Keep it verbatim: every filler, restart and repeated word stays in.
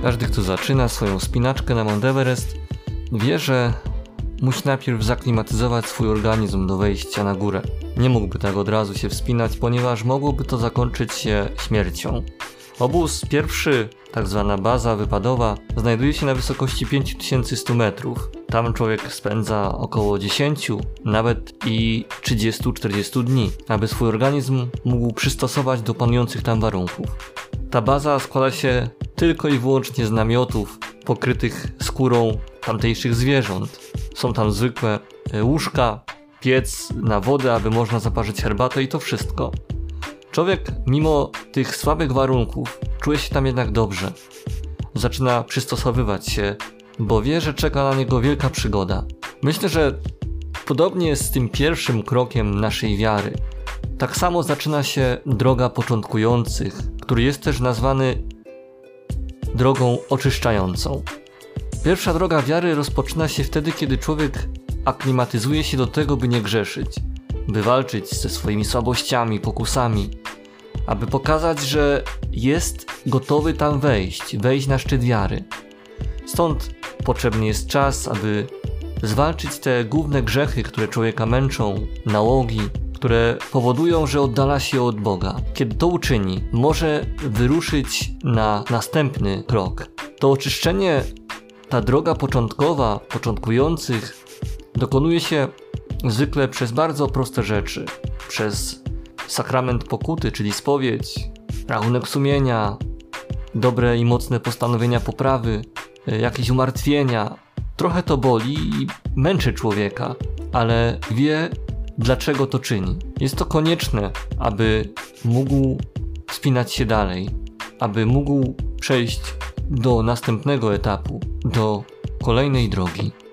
Każdy, kto zaczyna swoją wspinaczkę na Mount Everest, wie, że musi najpierw zaklimatyzować swój organizm do wejścia na górę. Nie mógłby tak od razu się wspinać, ponieważ mogłoby to zakończyć się śmiercią. Obóz pierwszy, tak zwana baza wypadowa, znajduje się na wysokości pięć tysięcy sto metrów. Tam człowiek spędza około dziesięć, nawet i trzydzieści czterdzieści dni, aby swój organizm mógł przystosować do panujących tam warunków. Ta baza składa się tylko i wyłącznie z namiotów pokrytych skórą tamtejszych zwierząt. Są tam zwykłe łóżka, piec na wodę, aby można zaparzyć herbatę i to wszystko. Człowiek mimo tych słabych warunków czuje się tam jednak dobrze. Zaczyna przystosowywać się, bo wie, że czeka na niego wielka przygoda. Myślę, że podobnie jest z tym pierwszym krokiem naszej wiary. Tak samo zaczyna się droga początkujących, który jest też nazwany drogą oczyszczającą. Pierwsza droga wiary rozpoczyna się wtedy, kiedy człowiek aklimatyzuje się do tego, by nie grzeszyć, by walczyć ze swoimi słabościami, pokusami, aby pokazać, że jest gotowy tam wejść, wejść na szczyt wiary. Stąd potrzebny jest czas, aby zwalczyć te główne grzechy, które człowieka męczą, nałogi, które powodują, że oddala się od Boga. Kiedy to uczyni, może wyruszyć na następny krok. To oczyszczenie, ta droga początkowa, początkujących, dokonuje się zwykle przez bardzo proste rzeczy. Przez sakrament pokuty, czyli spowiedź, rachunek sumienia, dobre i mocne postanowienia poprawy, jakieś umartwienia. Trochę to boli i męczy człowieka, ale wie, dlaczego to czyni. Jest to konieczne, aby mógł wspinać się dalej, aby mógł przejść do następnego etapu, do kolejnej drogi.